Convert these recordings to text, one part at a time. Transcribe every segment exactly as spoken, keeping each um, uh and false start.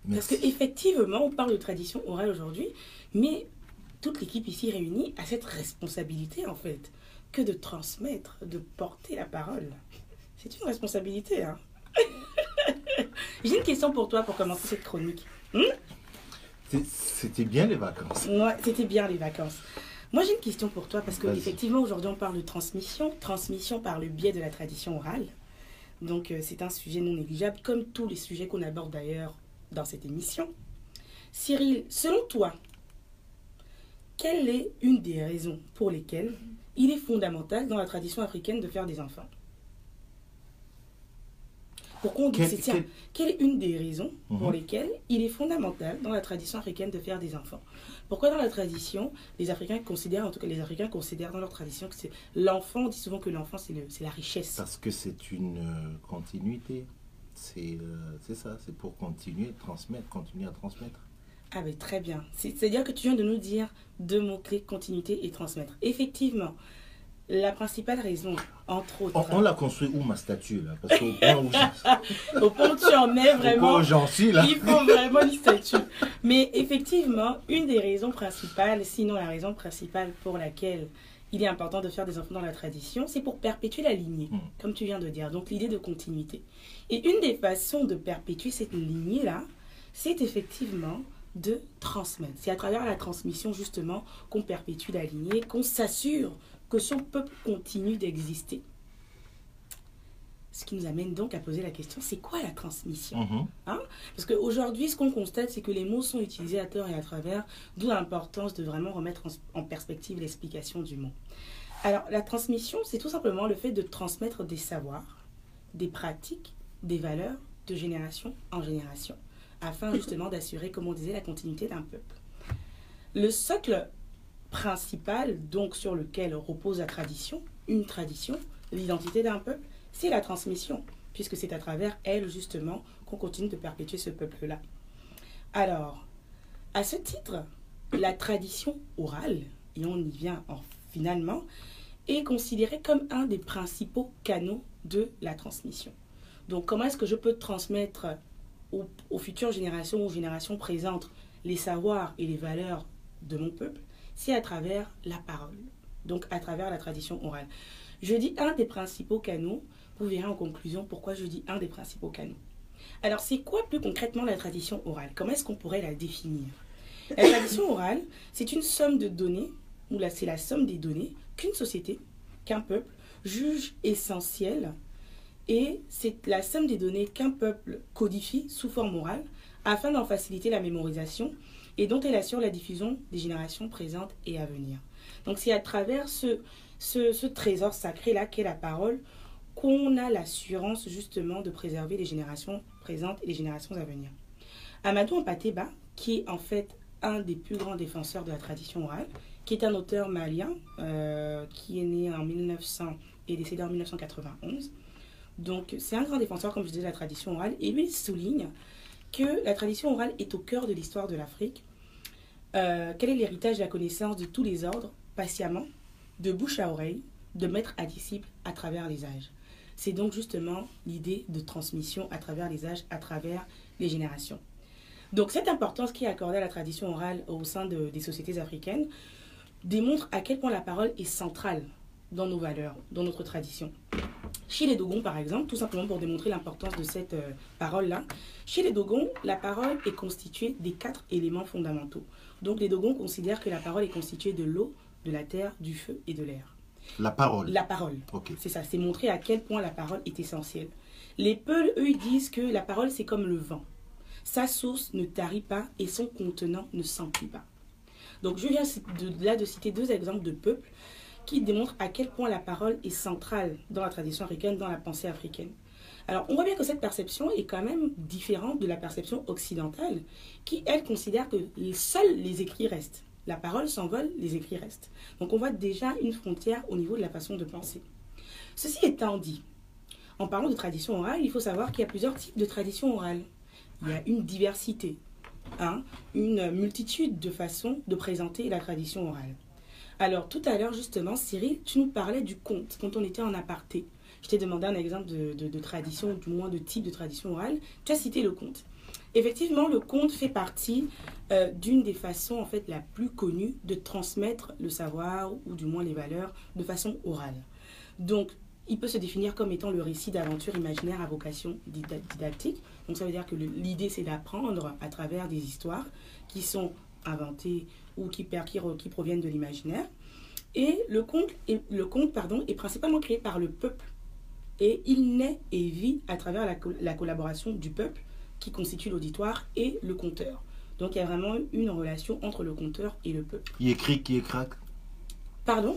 Merci. Parce qu'effectivement, on parle de tradition orale aujourd'hui, mais toute l'équipe ici réunie a cette responsabilité, en fait, que de transmettre, de porter la parole. C'est une responsabilité, hein. J'ai une question pour toi pour commencer cette chronique. Hmm? C'était bien les vacances. Ouais, c'était bien les vacances. Moi, j'ai une question pour toi parce qu'effectivement, aujourd'hui, on parle de transmission. Transmission par le biais de la tradition orale. Donc, euh, c'est un sujet non négligeable, comme tous les sujets qu'on aborde d'ailleurs dans cette émission. Cyril, selon toi, quelle est une des raisons pour lesquelles il est fondamental dans la tradition africaine de faire des enfants? Pourquoi on dit que c'est ça? Quelle est une des raisons mm-hmm. pour lesquelles il est fondamental dans la tradition africaine de faire des enfants? Pourquoi dans la tradition, les Africains considèrent, en tout cas les Africains considèrent dans leur tradition que c'est l'enfant, on dit souvent que l'enfant c'est la richesse. Parce que c'est une euh, continuité. C'est euh, ça, c'est pour continuer, transmettre, continuer à transmettre. Ah ben très bien. C'est-à-dire que tu viens de nous dire deux mots-clés, continuité et transmettre. Effectivement. La principale raison, entre autres... On, on l'a construit où, ma statue, là? Parce qu'au point où... Au point où tu en es, vraiment, où j'en suis, là. Il faut vraiment une statue. Mais effectivement, une des raisons principales, sinon la raison principale pour laquelle il est important de faire des enfants dans la tradition, c'est pour perpétuer la lignée, mmh. comme tu viens de dire. Donc l'idée de continuité. Et une des façons de perpétuer cette lignée-là, c'est effectivement de transmettre. C'est à travers la transmission, justement, qu'on perpétue la lignée, qu'on s'assure que son peuple continue d'exister. Ce qui nous amène donc à poser la question, c'est quoi la transmission? mm-hmm. hein? Parce qu'aujourd'hui, ce qu'on constate, c'est que les mots sont utilisés à tort et à travers, d'où l'importance de vraiment remettre en, en perspective l'explication du mot. Alors, la transmission, c'est tout simplement le fait de transmettre des savoirs, des pratiques, des valeurs de génération en génération, afin justement d'assurer, comme on disait, la continuité d'un peuple. Le socle principal, donc sur lequel repose la tradition, une tradition, l'identité d'un peuple, c'est la transmission, puisque c'est à travers elle, justement, qu'on continue de perpétuer ce peuple-là. Alors, à ce titre, la tradition orale, et on y vient en, finalement, est considérée comme un des principaux canaux de la transmission. Donc, comment est-ce que je peux transmettre aux, aux futures générations, aux générations présentes, les savoirs et les valeurs de mon peuple? C'est à travers la parole, donc à travers la tradition orale. Je dis un des principaux canaux, vous verrez en conclusion pourquoi je dis un des principaux canaux. Alors, c'est quoi plus concrètement la tradition orale? Comment est-ce qu'on pourrait la définir? La tradition orale, c'est une somme de données, ou là c'est la somme des données qu'une société, qu'un peuple juge essentielles, et c'est la somme des données qu'un peuple codifie sous forme orale afin d'en faciliter la mémorisation et dont elle assure la diffusion des générations présentes et à venir. Donc c'est à travers ce, ce, ce trésor sacré-là qu'est la parole qu'on a l'assurance justement de préserver les générations présentes et les générations à venir. Amadou Hampâté-Bâ, qui est en fait un des plus grands défenseurs de la tradition orale, qui est un auteur malien, euh, qui est né en mille neuf cents et décédé en mille neuf cent quatre-vingt-onze. Donc c'est un grand défenseur, comme je disais, de la tradition orale, et lui il souligne que la tradition orale est au cœur de l'histoire de l'Afrique. Euh, quel est l'héritage de la connaissance de tous les ordres, patiemment, de bouche à oreille, de maître à disciple, à travers les âges. C'est donc justement l'idée de transmission à travers les âges, à travers les générations. Donc cette importance qui est accordée à la tradition orale au sein de, des sociétés africaines démontre à quel point la parole est centrale dans nos valeurs, dans notre tradition. Chez les Dogons, par exemple, tout simplement pour démontrer l'importance de cette euh, parole-là, chez les Dogons, la parole est constituée des quatre éléments fondamentaux. Donc les Dogons considèrent que la parole est constituée de l'eau, de la terre, du feu et de l'air. La parole. La parole. Okay. C'est ça, c'est montrer à quel point la parole est essentielle. Les Peuls, eux, ils disent que la parole, c'est comme le vent. Sa source ne tarit pas et son contenant ne s'emplit pas. Donc je viens de, là de citer deux exemples de peuples qui démontrent à quel point la parole est centrale dans la tradition africaine, dans la pensée africaine. Alors, on voit bien que cette perception est quand même différente de la perception occidentale, qui, elle, considère que seuls les écrits restent. La parole s'envole, les écrits restent. Donc, on voit déjà une frontière au niveau de la façon de penser. Ceci étant dit, en parlant de tradition orale, il faut savoir qu'il y a plusieurs types de traditions orales. Il y a une diversité, hein, une multitude de façons de présenter la tradition orale. Alors, tout à l'heure, justement, Cyril, tu nous parlais du conte, quand on était en aparté. Je t'ai demandé un exemple de, de, de tradition, du moins de type de tradition orale. Tu as cité le conte. Effectivement, le conte fait partie euh, d'une des façons en fait la plus connue de transmettre le savoir ou du moins les valeurs de façon orale. Donc, il peut se définir comme étant le récit d'aventure imaginaire à vocation didactique. Donc, ça veut dire que l'idée, c'est d'apprendre à travers des histoires qui sont inventées ou qui, qui, qui proviennent de l'imaginaire. Et le conte, est, le conte pardon, est principalement créé par le peuple. Et il naît et vit à travers la, la collaboration du peuple qui constitue l'auditoire et le conteur. Donc, il y a vraiment une relation entre le conteur et le peuple. Qui écrit, qui écraque. Pardon?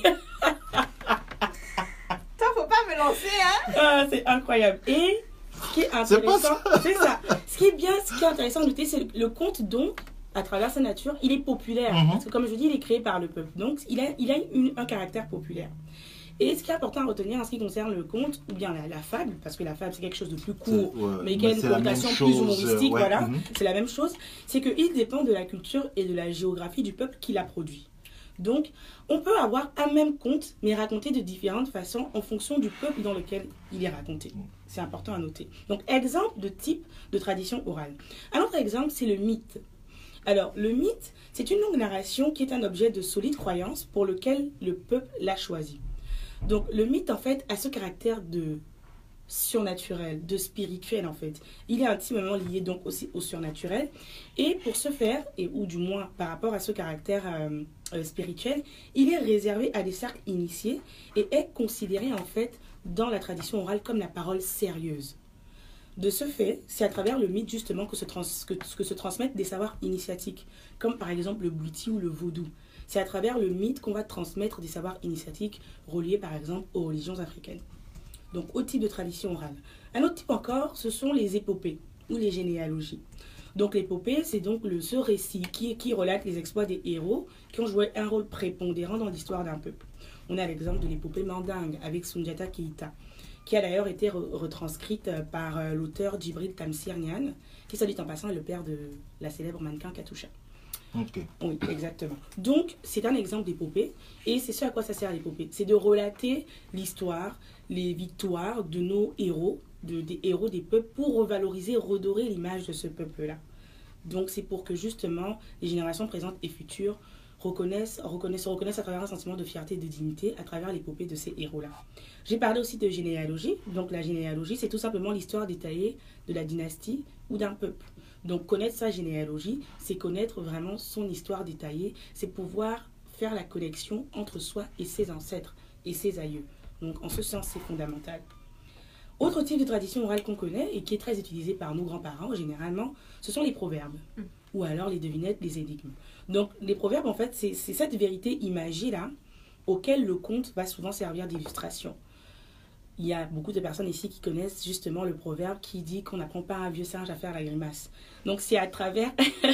Faut pas me lancer, hein? Ah, c'est incroyable. Et ce qui est intéressant, c'est ça. Ce qui est bien, ce qui est intéressant de noter, c'est le, le conte, donc, à travers sa nature, il est populaire. Mm-hmm. Parce que, comme je dis, il est créé par le peuple. Donc, il a, il a une, un caractère populaire. Et ce qui est important à retenir en ce qui concerne le conte, ou bien la, la fable, parce que la fable, c'est quelque chose de plus court, ouais, mais qui a une connotation plus humoristique, ouais. Voilà, mm-hmm. C'est la même chose. C'est qu'il dépend de la culture et de la géographie du peuple qui l'a produit. Donc, on peut avoir un même conte, mais raconté de différentes façons en fonction du peuple dans lequel il est raconté. C'est important à noter. Donc, exemple de type de tradition orale. Un autre exemple, c'est le mythe. Alors, le mythe, c'est une longue narration qui est un objet de solide croyance pour lequel le peuple l'a choisi. Donc, le mythe, en fait, a ce caractère de surnaturel, de spirituel en fait. Il est intimement lié donc aussi au surnaturel et pour ce faire, et ou du moins par rapport à ce caractère euh, euh, spirituel, il est réservé à des cercles initiés et est considéré en fait dans la tradition orale comme la parole sérieuse. De ce fait, c'est à travers le mythe justement que se, trans, que, que se transmettent des savoirs initiatiques, comme par exemple le bouiti ou le vaudou. C'est à travers le mythe qu'on va transmettre des savoirs initiatiques reliés par exemple aux religions africaines. Donc, au type de tradition orale. Un autre type encore, ce sont les épopées ou les généalogies. Donc, l'épopée, c'est donc le, ce récit qui, qui relate les exploits des héros qui ont joué un rôle prépondérant dans l'histoire d'un peuple. On a l'exemple de l'épopée mandingue avec Soundiata Keïta, qui a d'ailleurs été re retranscrite par euh, l'auteur Djibril Tamsir Niane, qui, soit dit en passant, est le père de la célèbre mannequin Katusha. Okay. Oui, exactement. Donc, c'est un exemple d'épopée. Et c'est ce à quoi ça sert l'épopée. C'est de relater l'histoire, les victoires de nos héros, de, des héros des peuples, pour revaloriser, redorer l'image de ce peuple-là. Donc, c'est pour que justement, les générations présentes et futures reconnaissent, reconnaissent, reconnaissent à travers un sentiment de fierté et de dignité à travers l'épopée de ces héros-là. J'ai parlé aussi de généalogie. Donc, la généalogie, c'est tout simplement l'histoire détaillée de la dynastie ou d'un peuple. Donc, connaître sa généalogie, c'est connaître vraiment son histoire détaillée, c'est pouvoir faire la connexion entre soi et ses ancêtres et ses aïeux. Donc, en ce sens, c'est fondamental. Autre type de tradition orale qu'on connaît et qui est très utilisé par nos grands-parents, généralement, ce sont les proverbes. Mm. Ou alors les devinettes, les énigmes. Donc, les proverbes, en fait, c'est cette vérité imagée-là auquel le conte va souvent servir d'illustration. Il y a beaucoup de personnes ici qui connaissent justement le proverbe qui dit qu'on n'apprend pas un vieux singe à faire la grimace. Donc c'est à travers,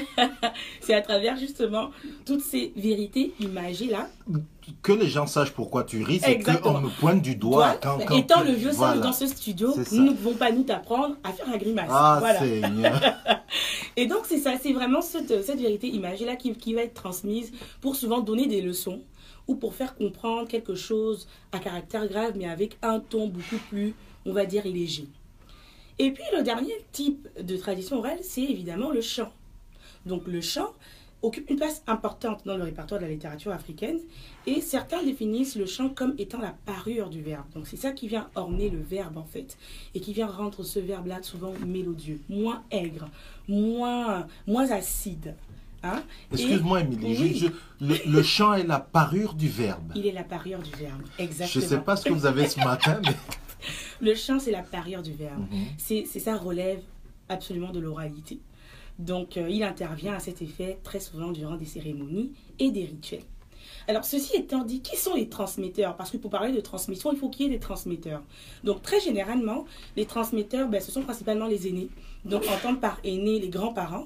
c'est à travers justement toutes ces vérités imagées-là. Que les gens sachent pourquoi tu ris, c'est qu'on me pointe du doigt. Toi, quand, quand étant tu... le vieux singe voilà. Dans ce studio, nous ne pouvons pas nous t'apprendre à faire la grimace. Ah, voilà. Seigneur. Et donc c'est ça, c'est vraiment cette, cette vérité imagée-là qui, qui va être transmise pour souvent donner des leçons ou pour faire comprendre quelque chose à caractère grave, mais avec un ton beaucoup plus, on va dire, léger. Et puis, le dernier type de tradition orale, c'est évidemment le chant. Donc, le chant occupe une place importante dans le répertoire de la littérature africaine, et certains définissent le chant comme étant la parure du verbe. Donc, c'est ça qui vient orner le verbe, en fait, et qui vient rendre ce verbe-là souvent mélodieux, moins aigre, moins, moins acide. Hein? Excuse-moi, Émilie, oui. je, je, le, le chant est la parure du verbe. Il est la parure du verbe, exactement. Je ne sais pas ce que vous avez ce matin, mais... Le chant, c'est la parure du verbe. Mm-hmm. C'est ça relève absolument de l'oralité. Donc, euh, il intervient à cet effet très souvent durant des cérémonies et des rituels. Alors, ceci étant dit, qui sont les transmetteurs? Parce que pour parler de transmission, il faut qu'il y ait des transmetteurs. Donc, très généralement, les transmetteurs, ben, ce sont principalement les aînés. Donc, entendre par aînés les grands-parents.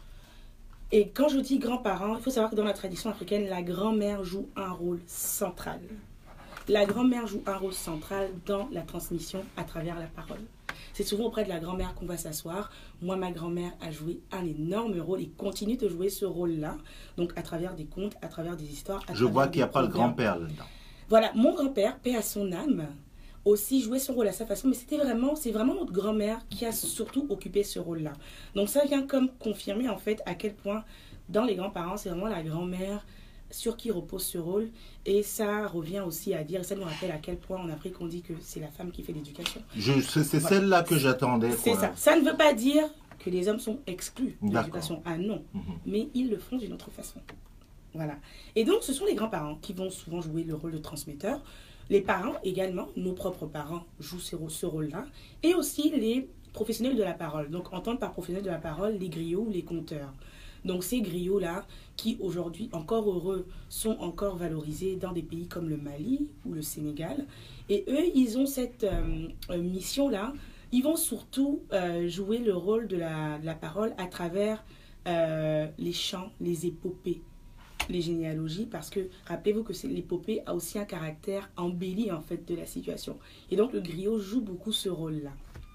Et quand je dis grands-parents, il faut savoir que dans la tradition africaine, la grand-mère joue un rôle central. La grand-mère joue un rôle central dans la transmission à travers la parole. C'est souvent auprès de la grand-mère qu'on va s'asseoir. Moi, ma grand-mère a joué un énorme rôle et continue de jouer ce rôle-là. Donc, à travers des contes, à travers des histoires. À je vois qu'il n'y a pas proverbes. le grand-père là-dedans. Voilà, mon grand-père, paix à son âme, aussi joué son rôle à sa façon, mais c'était vraiment, c'est vraiment notre grand-mère qui a surtout occupé ce rôle-là. Donc ça vient comme confirmer en fait à quel point dans les grands-parents, c'est vraiment la grand-mère sur qui repose ce rôle, et ça revient aussi à dire, ça nous rappelle à quel point en Afrique on dit que c'est la femme qui fait l'éducation. C'est voilà. Celle-là que j'attendais. C'est ça. Ça ne veut pas dire que les hommes sont exclus de l'éducation. Ah non, mm-hmm. mais ils le font d'une autre façon. Voilà. Et donc ce sont les grands-parents qui vont souvent jouer le rôle de transmetteur. Les parents également, nos propres parents jouent ce, ce rôle-là, et aussi les professionnels de la parole. Donc entendre par professionnels de la parole les griots ou les conteurs. Donc ces griots-là, qui aujourd'hui, encore heureux, sont encore valorisés dans des pays comme le Mali ou le Sénégal. Et eux, ils ont cette euh, mission-là. Ils vont surtout euh, jouer le rôle de la, de la parole à travers euh, les chants, les épopées, les généalogies. Parce que, rappelez-vous que l'épopée a aussi un caractère embelli, en fait, de la situation. Et donc, le griot joue beaucoup ce rôle-là.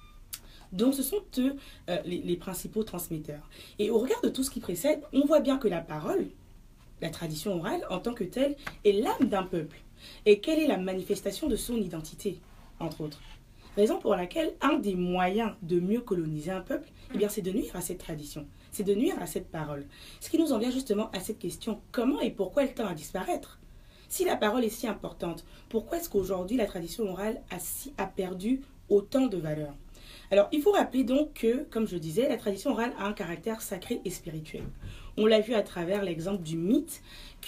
Donc, ce sont eux euh, les, les principaux transmetteurs. Et au regard de tout ce qui précède, on voit bien que la parole, la tradition orale, en tant que telle, est l'âme d'un peuple. Et quelle est la manifestation de son identité, entre autres. Raison pour laquelle un des moyens de mieux coloniser un peuple, eh bien, c'est de nuire à cette tradition, c'est de nuire à cette parole. Ce qui nous en vient justement à cette question, comment et pourquoi elle tend à disparaître? Si la parole est si importante, pourquoi est-ce qu'aujourd'hui la tradition orale a, si, a perdu autant de valeur? Alors, il faut rappeler donc que, comme je disais, la tradition orale a un caractère sacré et spirituel. On l'a vu à travers l'exemple du mythe,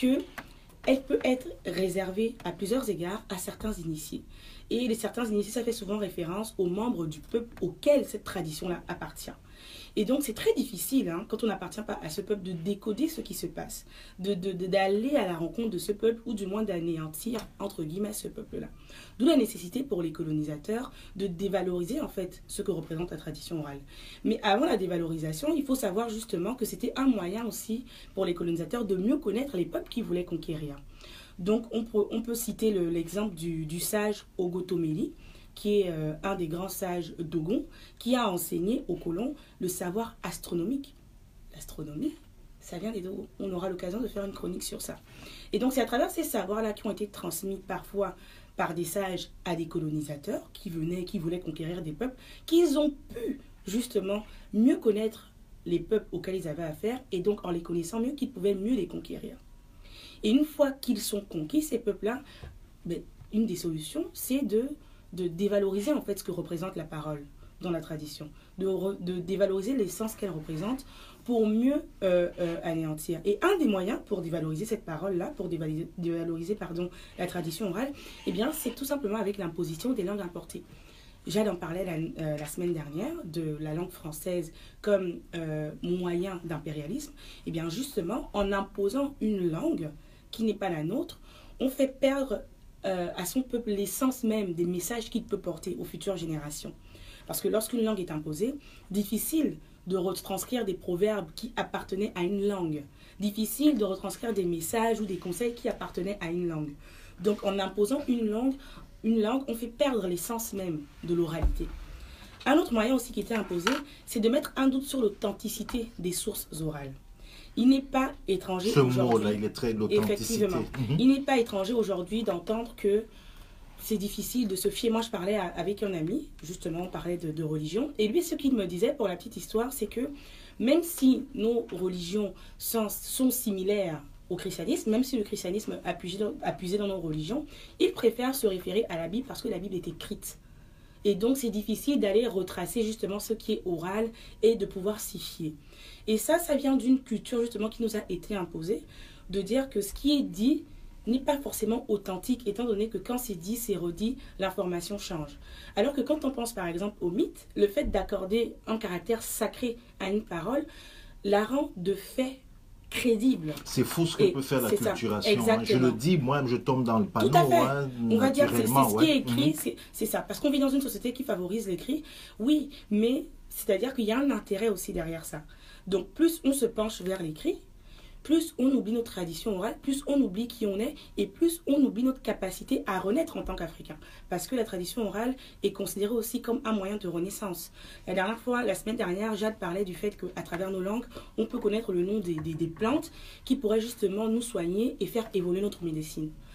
qu'elle peut être réservée à plusieurs égards à certains initiés. Et les certains initiés, ça fait souvent référence aux membres du peuple auquel cette tradition-là appartient. Et donc, c'est très difficile, hein, quand on n'appartient pas à ce peuple, de décoder ce qui se passe, de, de, de, d'aller à la rencontre de ce peuple, ou du moins d'anéantir, entre guillemets, ce peuple-là. D'où la nécessité pour les colonisateurs de dévaloriser, en fait, ce que représente la tradition orale. Mais avant la dévalorisation, il faut savoir justement que c'était un moyen aussi pour les colonisateurs de mieux connaître les peuples qu'ils voulaient conquérir. Donc, on peut, on peut citer le, l'exemple du, du sage Ogotomeli, qui est euh, un des grands sages Dogon, qui a enseigné aux colons le savoir astronomique. L'astronomie, ça vient des Dogons. On aura l'occasion de faire une chronique sur ça. Et donc, c'est à travers ces savoirs-là qui ont été transmis parfois par des sages à des colonisateurs qui venaient, qui voulaient conquérir des peuples, qu'ils ont pu justement mieux connaître les peuples auxquels ils avaient affaire, et donc en les connaissant mieux, qu'ils pouvaient mieux les conquérir. Et une fois qu'ils sont conquis, ces peuples-là, ben, une des solutions, c'est de, de dévaloriser en fait ce que représente la parole dans la tradition, de, re, de dévaloriser l'essence qu'elle représente pour mieux euh, euh, anéantir. Et un des moyens pour dévaloriser cette parole-là, pour dévaloriser, dévaloriser pardon, la tradition orale, eh bien, c'est tout simplement avec l'imposition des langues importées. Jade en parlait la, euh, la semaine dernière de la langue française comme euh, moyen d'impérialisme. Eh bien, justement, en imposant une langue qui n'est pas la nôtre, on fait perdre euh, à son peuple l'essence même des messages qu'il peut porter aux futures générations. Parce que lorsqu'une langue est imposée, difficile de retranscrire des proverbes qui appartenaient à une langue. Difficile de retranscrire des messages ou des conseils qui appartenaient à une langue. Donc, en imposant une langue, une langue, on fait perdre l'essence même de l'oralité. Un autre moyen aussi qui était imposé, c'est de mettre un doute sur l'authenticité des sources orales. Il n'est pas étranger Ce aujourd'hui. mot-là, il est très l'authenticité. Effectivement. Mm-hmm. Il n'est pas étranger aujourd'hui d'entendre que c'est difficile de se fier. Moi, je parlais à, avec un ami, justement, on parlait de, de religion. Et lui, ce qu'il me disait, pour la petite histoire, c'est que même si nos religions sont, sont similaires au christianisme, même si le christianisme a puisé, a puisé dans nos religions, il préfère se référer à la Bible parce que la Bible est écrite. Et donc, c'est difficile d'aller retracer justement ce qui est oral et de pouvoir s'y fier. Et ça, ça vient d'une culture justement qui nous a été imposée, de dire que ce qui est dit n'est pas forcément authentique, étant donné que quand c'est dit, c'est redit, l'information change. Alors que quand on pense par exemple au mythe, le fait d'accorder un caractère sacré à une parole la rend de fait crédible. C'est fou ce que et peut faire la culturation. Hein. Je le dis, moi, je tombe dans le panneau. Tout à fait. Hein, on va dire que c'est ce ouais. qui est écrit, mm-hmm. c'est ça. Parce qu'on vit dans une société qui favorise l'écrit, oui, mais c'est-à-dire qu'il y a un intérêt aussi derrière ça. Donc, plus on se penche vers l'écrit, plus on oublie notre tradition orale, plus on oublie qui on est, et plus on oublie notre capacité à renaître en tant qu'Africain. Parce que la tradition orale est considérée aussi comme un moyen de renaissance. La dernière fois, la semaine dernière, Jade parlait du fait qu'à travers nos langues, on peut connaître le nom des, des, des plantes qui pourraient justement nous soigner et faire évoluer notre médecine.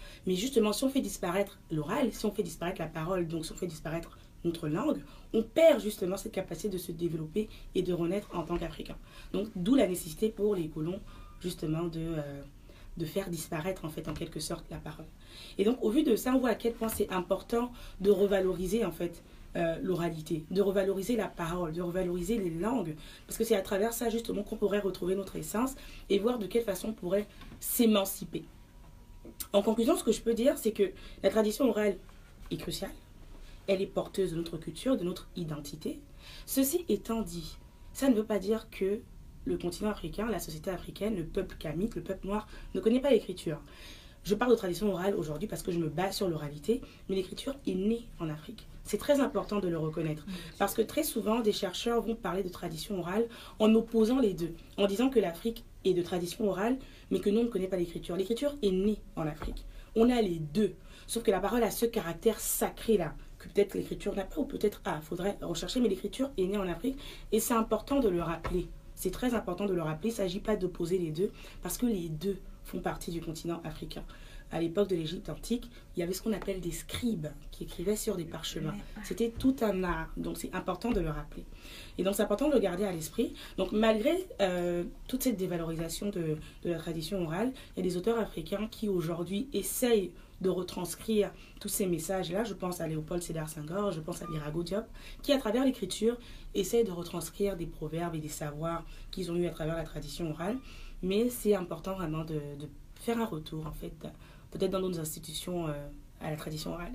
Mais justement, si on fait disparaître l'oral, si on fait disparaître la parole, donc si on fait disparaître notre langue, on perd justement cette capacité de se développer et de renaître en tant qu'Africain. Donc d'où la nécessité pour les colons justement de, euh, de faire disparaître en fait en quelque sorte la parole. Et donc au vu de ça, on voit à quel point c'est important de revaloriser en fait euh, l'oralité, de revaloriser la parole, de revaloriser les langues, parce que c'est à travers ça justement qu'on pourrait retrouver notre essence et voir de quelle façon on pourrait s'émanciper. En conclusion, ce que je peux dire, c'est que la tradition orale est cruciale. Elle est porteuse de notre culture, de notre identité. Ceci étant dit, ça ne veut pas dire que le continent africain, la société africaine, le peuple kamite, le peuple noir ne connaît pas l'écriture. Je parle de tradition orale aujourd'hui parce que je me base sur l'oralité, mais l'écriture est née en Afrique. C'est très important de le reconnaître. Parce que très souvent, des chercheurs vont parler de tradition orale en opposant les deux, en disant que l'Afrique est de tradition orale, mais que nous, on ne connaît pas l'écriture. L'écriture est née en Afrique. On a les deux. Sauf que la parole a ce caractère sacré-là, que peut-être l'écriture n'a pas, ou peut-être, ah, il faudrait rechercher, mais l'écriture est née en Afrique, et c'est important de le rappeler. C'est très important de le rappeler, il ne s'agit pas d'opposer les deux, parce que les deux font partie du continent africain. À l'époque de l'Égypte antique, il y avait ce qu'on appelle des scribes, qui écrivaient sur des parchemins. C'était tout un art, donc c'est important de le rappeler. Et donc c'est important de le garder à l'esprit. Donc malgré euh, toute cette dévalorisation de, de la tradition orale, il y a des auteurs africains qui aujourd'hui essayent de retranscrire tous ces messages-là. Je pense à Léopold Sédar Senghor, je pense à Birago Diop, qui à travers l'écriture essayent de retranscrire des proverbes et des savoirs qu'ils ont eus à travers la tradition orale. Mais c'est important vraiment de, de faire un retour, en fait, peut-être dans nos institutions, euh, à la tradition orale.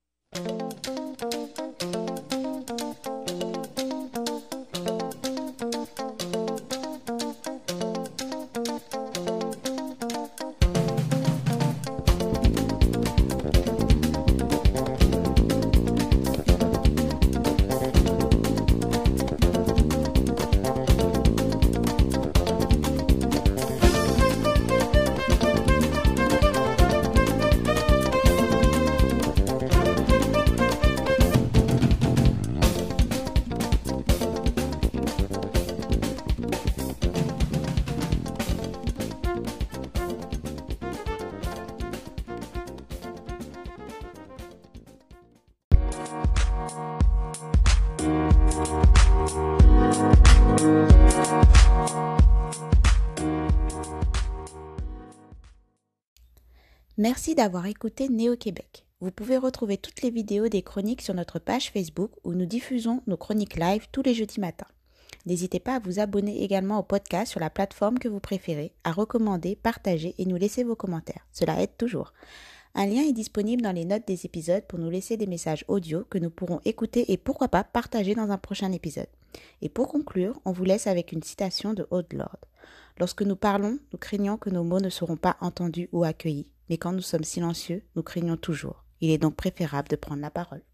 Merci d'avoir écouté Néo-Québec. Vous pouvez retrouver toutes les vidéos des chroniques sur notre page Facebook où nous diffusons nos chroniques live tous les jeudis matins. N'hésitez pas à vous abonner également au podcast sur la plateforme que vous préférez, à recommander, partager et nous laisser vos commentaires. Cela aide toujours. Un lien est disponible dans les notes des épisodes pour nous laisser des messages audio que nous pourrons écouter et pourquoi pas partager dans un prochain épisode. Et pour conclure, on vous laisse avec une citation de Aude Lorde. Lorsque nous parlons, nous craignons que nos mots ne seront pas entendus ou accueillis. Mais quand nous sommes silencieux, nous craignons toujours. Il est donc préférable de prendre la parole.